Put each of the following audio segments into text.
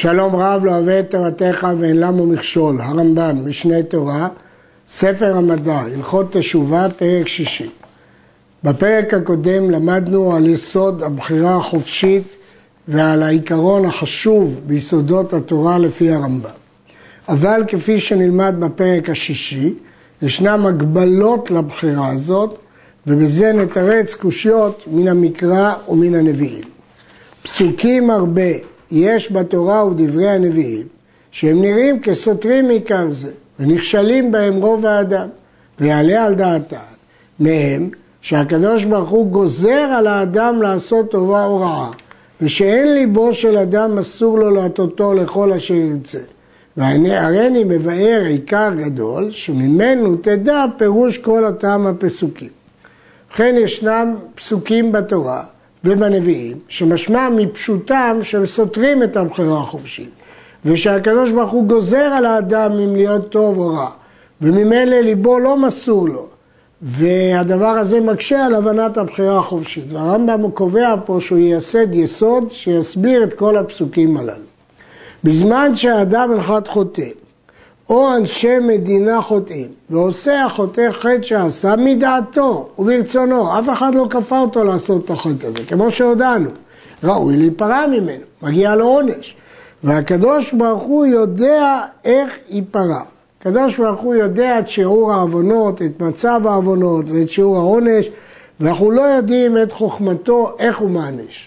שלום רב לא אוהב את תורתך ואין למו מכשול, הרמב"ם, משנה תורה, ספר המדע, הלכות תשובה, פרק 6. בפרק הקודם למדנו על יסוד הבחירה החופשית ועל העיקרון החשוב ביסודות התורה לפי הרמב"ם. אבל כפי שנלמד בפרק השישי, ישנם הגבלות לבחירה הזאת, ובזה נתרץ קושיות מן המקרא ומן הנביאים. פסוקים הרבה יש בתורה ובדברי הנביאים, שהם נראים כסותרים מעיקר זה, ונכשלים בהם רוב האדם, ויעלה על דעתם מהם שהקדוש ברוך הוא גוזר על האדם לעשות טובה או רעה, ושאין ליבו של אדם אסור לו להטותו לכל אשר ירצה. והריני מבאר עיקר גדול, שממנו תדע פירוש כל אותם הפסוקים. לכן ישנם פסוקים בתורה ובנביאים, שמשמע מפשוטם שהם סותרים את הבחירה החופשית, ושהקדוש ברוך הוא גוזר על האדם אם להיות טוב או רע, וממילא ליבו לא מסור לו, והדבר הזה מקשה על הבנת הבחירה החופשית. והרמב"ם קובע פה שהוא ייסד יסוד שיסביר את כל הפסוקים הללו. בזמן שהאדם אחד חוטא, או אנשי מדינה חוטאים, ועושה החוטא חטא שעשה מדעתו וברצונו, אף אחד לא כפה אותו לעשות את החטא הזה, כמו שהודענו, ראוי להיפרע ממנו, מגיע לו עונש. והקדוש ברוך הוא יודע איך ייפרע. הקדוש ברוך הוא יודע את שיעור העוונות, את מצב העוונות ואת שיעור העונש, ואנחנו לא יודעים את חוכמתו איך הוא מענש.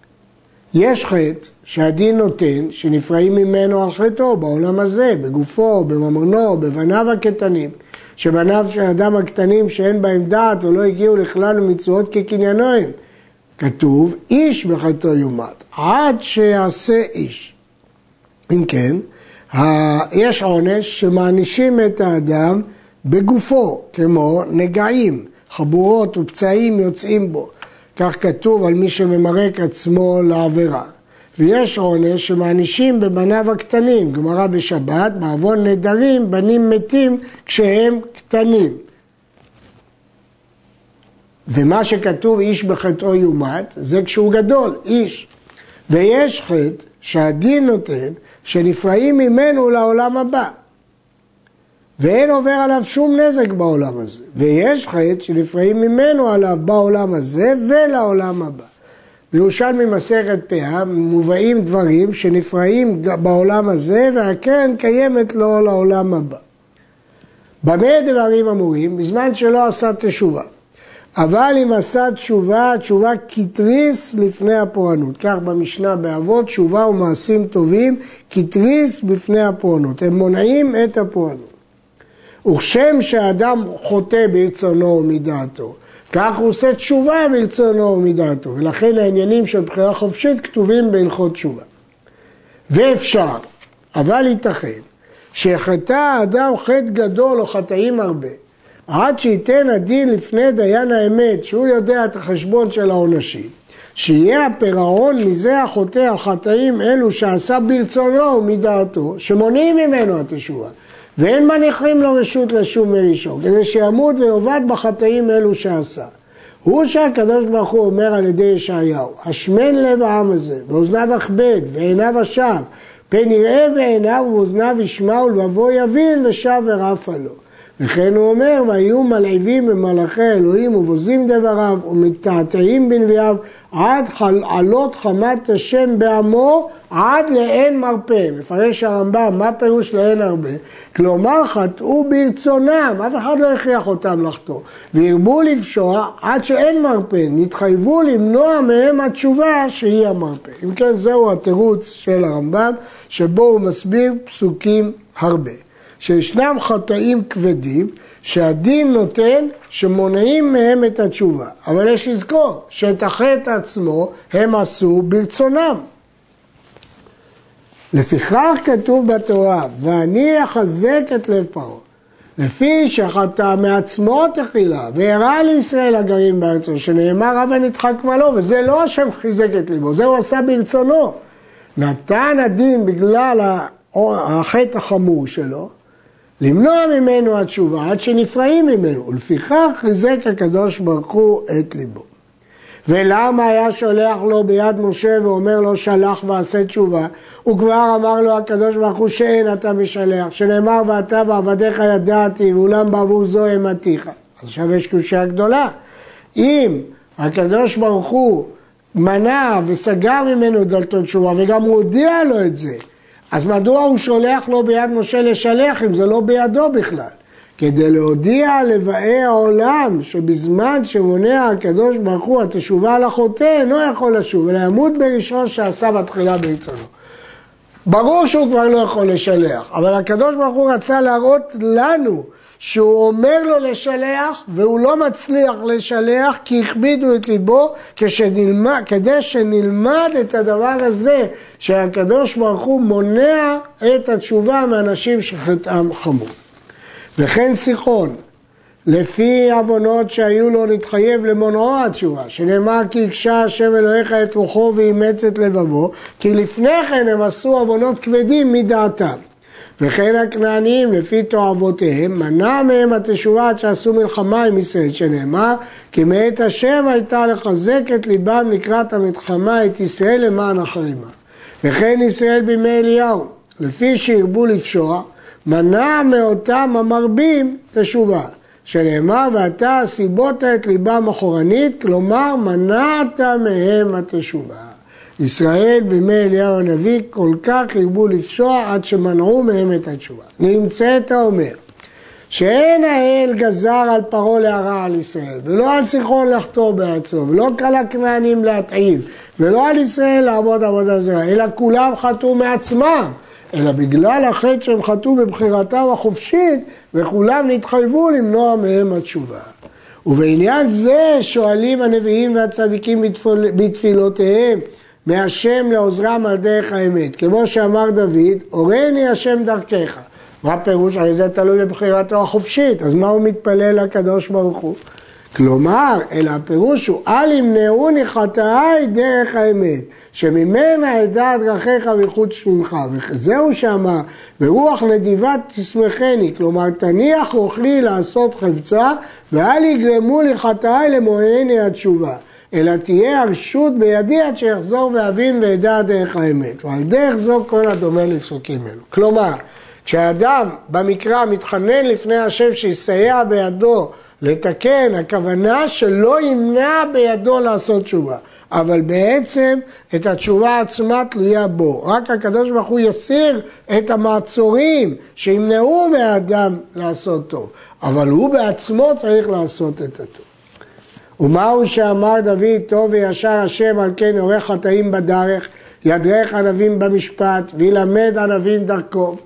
יש חטא שהדין נותן שנפרעים ממנו על חטאו בעולם הזה, בגופו, בממונו, בבניו הקטנים, שבניו של האדם הקטנים שאין בהם דעת ולא הגיעו לכלל מצוות כקניינוהם. כתוב, איש בחטאו יומת, עד שיעשה איש. אם כן, יש עונש שמענישים את האדם בגופו, כמו נגעים, חבורות ופצעים יוצאים בו. כך כתוב על מי שממרק עצמו לעבירה. ויש עונש שמענישים בבניו הקטנים, גמרא בשבת, בעוון נדרים, בנים מתים כשהם קטנים. ומה שכתוב איש בחטאו יומת, זה כשהוא גדול, איש. ויש חטא שהדין נותן שנפרעים ממנו לעולם הבא. ואין עובר עליו שום נזק בעולם הזה. ויש חטא שנפרעים ממנו עליו בעולם הזה ולעולם הבא. בירושלמי מסכת פאה מובאים דברים שנפרעים בעולם הזה והקרן קיימת לו לעולם הבא. במה דברים אמורים? בזמן שלא עשה תשובה. אבל אם עשה תשובה, תשובה כתריס לפני הפורענות. כך במשנה באבות, תשובה ומעשים טובים כתריס בפני הפורענות. הם מונעים את הפורענות. וכשם שהאדם חוטא ברצונו ומדעתו, כך הוא עושה תשובה ברצונו ומדעתו, ולכן העניינים של בחירה חופשית כתובים בהלכות תשובה. ואפשר, אבל ייתכן, שחטא האדם חטא גדול או חטאים הרבה, עד שייתן הדין לפני דיין האמת, שהוא יודע את החשבון של העונשים, שיהיה הפירעון מזה החוטא על חטאים אלו שעשה ברצונו ומדעתו, שמונעים ממנו התשובה. ואין מניחים לו רשות לשוב מראשון, כדי שימות ויובד בחטאים אלו שעשה. הוא שהקדוש ברוך הוא אומר על ידי ישעיהו, השמן לב העם הזה, ואוזניו אכבד, ועיניו אשב, פן יראה ועיניו ואוזניו ישמעו, ולבבו יבין ושב ורף לו. וכן הוא אומר, והיו מלעיבים במלאכי אלוהים ובוזים דבריו ומתעתעים בנביאיו עד עלות חמת השם בעמו עד לאין מרפא. מפרש הרמב"ם, מה פירוש לאין הרבה? כלומר חטאו ברצונם, אף אחד לא הכריח אותם לחטוא, והרבו לפשוע עד שאין מרפא, נתחייבו למנוע מהם התשובה שהיא המרפא. אם כן, זהו התירוץ של הרמב"ם, שבו הוא מסביר פסוקים הרבה. שישנם חטאים כבדים שהדין נותן שמונעים מהם את התשובה. אבל יש לזכור שאת החטא עצמו הם עשו ברצונם. לפיכך כתוב בתורה, ואני אחזק את לב פרעה. לפי שחטא מעצמו תחילה, והרע לישראל הגרים בארצו, שנאמר רב ונדחק מלו, וזה לא השם חיזק את ליבו, זה הוא עשה ברצונו. נתן הדין בגלל החטא החמור שלו, למנוע ממנו התשובה עד שנפרעים ממנו, ולפיכך חיזק הקדוש ברוך הוא את ליבו. ולמה היה שולח לו ביד משה ואומר לו שלח ועשה תשובה? הוא כבר אמר לו הקדוש ברוך הוא שאין אתה משלח, שנאמר ואתה ועבדיך ידעתי ואולם בעבור זו אמתיך. אז עכשיו יש קושיה גדולה. אם הקדוש ברוך הוא מנע וסגר ממנו דלתות תשובה וגם הודיע לו את זה, אז מדוע הוא שולח לו ביד משה לשלח אם זה לא בידו בכלל? כדי להודיע לבאי העולם שבזמן שמונע הקדוש ברוך הוא התשובה על החוטא אינו יכול לשוב אלא ימות בראשון שעשה בתחילה ברצונו. ברור שהוא כבר לא יכול לשלח, אבל הקדוש ברוך הוא רצה להראות לנו שהוא אומר לו לשלח והוא לא מצליח לשלח כי הכבידו את ליבו כדי שנלמד את הדבר הזה שהקדוש ברוך הוא מונע את התשובה מאנשים שחטאם חמור. וכן סיחון, לפי עוונות שהיו לו נתחייב למונעו התשובה, שנאמר כי הקשה השם אלוהיך את רוחו ואימץ את לבבו, כי לפני כן הם עשו עוונות כבדים מדעתם. וכן הכנעניים לפי תועבותיהם מנע מהם התשובה עד שעשו מלחמה עם ישראל, שנאמר כי מאת השם הייתה לחזק את ליבם לקראת המלחמה את ישראל למען החרימה. וכן ישראל בימי אליהו לפי שהרבו לפשוע מנע מאותם המרבים תשובה, שנאמר ואתה סיבות את ליבם אחורנית, כלומר מנעת מהם התשובה. ישראל בימי אליהו הנביא כל כך הרבו לפשוע עד שמנעו מהם את התשובה. נמצאת האומר שאין האל גזר על פרעה להרע על ישראל ולא על סיחון לחטוא בארצו ולא על הכנענים להתעיב ולא על ישראל לעבוד עבודה זרה, אלא כולם חטאו מעצמם, אלא בגלל החטא שהם חטאו בבחירתם החופשית וכולם נתחייבו למנוע מהם התשובה. ובעניין זה שואלים הנביאים והצדיקים בתפילותיהם מהשם לעוזרם על דרך האמת, כמו שאמר דוד, הורני השם דרכך. מה פירוש? הרי זה תלוי בבחירתו החופשית, אז מה הוא מתפלל לקדוש ברוך הוא? כלומר, אלא הפירוש הוא, אל ימנעוני חטאי דרך האמת, שממנה ידע דרכיך וחוץ שמך. וזהו שאמר, ברוח נדיבת תשמחני, כלומר, תניח רוחי לעשות חפצה, ואל יגרמו לי חטאי למועני התשובה. אלא תהיה הרשות בידי עד שיחזור ואבין וידע דרך האמת. ועל דרך זו כל הדומה לפסוקים אלו. כלומר, כשאדם במקרא מתחנן לפני השם שיסייע בידו לתקן, הכוונה שלא ימנע בידו לעשות תשובה. אבל בעצם את התשובה עצמה תלויה בו. רק הקדוש ברוך הוא יסיר את המעצורים שימנעו מהאדם לעשות טוב. אבל הוא בעצמו צריך לעשות את הטוב. ומהו שאמר דוד, טוב וישר השם על כן יורה חטאים בדרך, ידרך ענבים במשפט וילמד ענבים דרכו.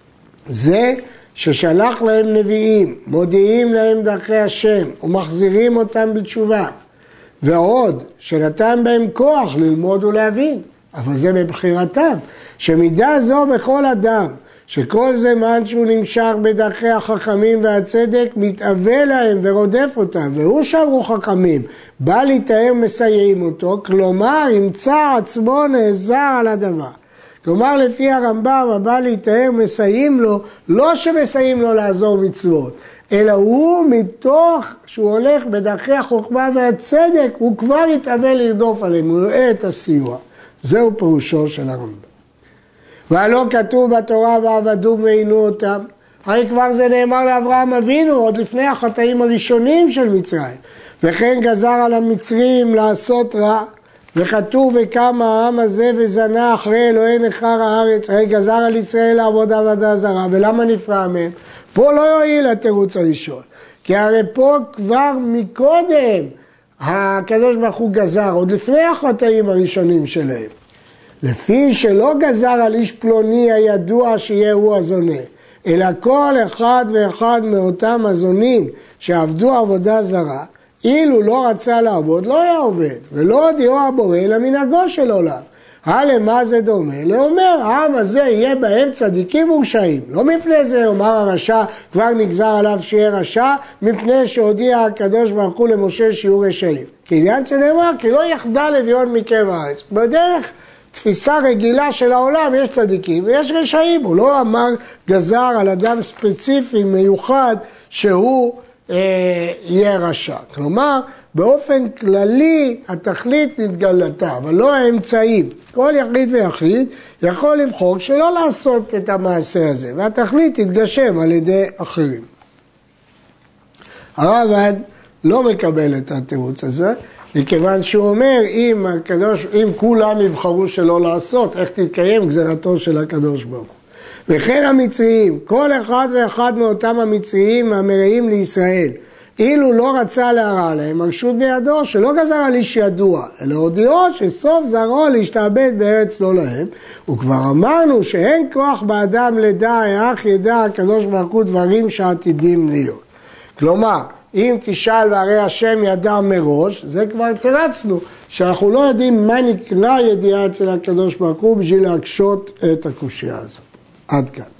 זה ששלח להם נביאים, מודיעים להם דרכי השם ומחזירים אותם בתשובה. ועוד שנתן בהם כוח ללמוד ולהבין, אבל זה מבחירתם, שמידה זו בכל אדם, שכל זמן שהוא נמשך בדרכי החכמים והצדק מתאווה להם ורודף אותם, והוא שאמרו חכמים, בא להתאר מסייעים אותו, כלומר ימצא עצמו נעזר על הדבר. כלומר לפי הרמב"ם הבא להתאר מסייעים לו, לא שמסייעים לו לעזור מצוות, אלא הוא מתוך שהוא הולך בדרכי החוכמה והצדק, הוא כבר יתאווה לרדוף עליהם, הוא רואה את הסיוע. זהו פירושו של הרמב"ם. והלא כתוב בתורה ועבדו ועינו אותם, הרי כבר זה נאמר לאברהם אבינו עוד לפני החטאים הראשונים של מצרים. וכן גזר על המצרים לעשות רע, וכתוב וקם העם הזה וזנה אחרי אלוהי נכר הארץ, הרי גזר על ישראל לעבוד עבודה זרה, ולמה נפרע מהם? פה לא יועיל התירוץ הראשון, כי הרי פה כבר מקודם הקדוש ברוך הוא גזר, עוד לפני החטאים הראשונים שלהם. לפי שלא גזר על איש פלוני הידוע שיהיה הוא הזונה, אלא כל אחד ואחד מאותם הזונים שעבדו עבודה זרה, אילו לא רצה לעבוד, לא היה עובד, ולא הודיעו הבורא אלא מנהגו של עולם. למה זה דומה? לאומר, העם הזה יהיה בהם צדיקים ורשעים. לא מפני זה, אומר הרשע, כבר נגזר עליו שיהיה רשע, מפני שהודיע הקדוש ברוך הוא למשה שיהיו רשעים. כי עניין שנאמר, כי לא יחדל אביון מקרב הארץ. בדרך תפיסה רגילה של העולם יש צדיקים ויש רשעים. הוא לא אמר גזר על אדם ספציפי מיוחד שהוא יהיה רשע. כלומר, באופן כללי התכלית נתגלתה, אבל לא האמצעים. כל יחיד ויחיד יכול לבחור שלא לעשות את המעשה הזה, והתכלית תתגשם על ידי אחרים. הרמב"ם לא מקבל את התירוץ הזה, מכיוון שהוא אומר, אם כולם יבחרו שלא לעשות, איך תתקיים גזירתו של הקדוש ברוך הוא. וכן המצריים, כל אחד ואחד מאותם המצריים המרעים לישראל, אילו לא רצה להרע להם, הרשות בידו שלא גזר על איש ידוע, אלא הודיעו שסוף זרעו להשתעבד בארץ לא להם, וכבר אמרנו שאין כוח באדם לדע, איך ידע הקדוש ברוך הוא דברים שעתידים להיות. כלומר, אם תשאל והרי השם ידע מראש, זה כבר תרצנו, שאנחנו לא יודעים מה נקרא ידיעה אצל הקדוש ברוך הוא בשביל להקשות את הקושיה הזאת. עד כאן.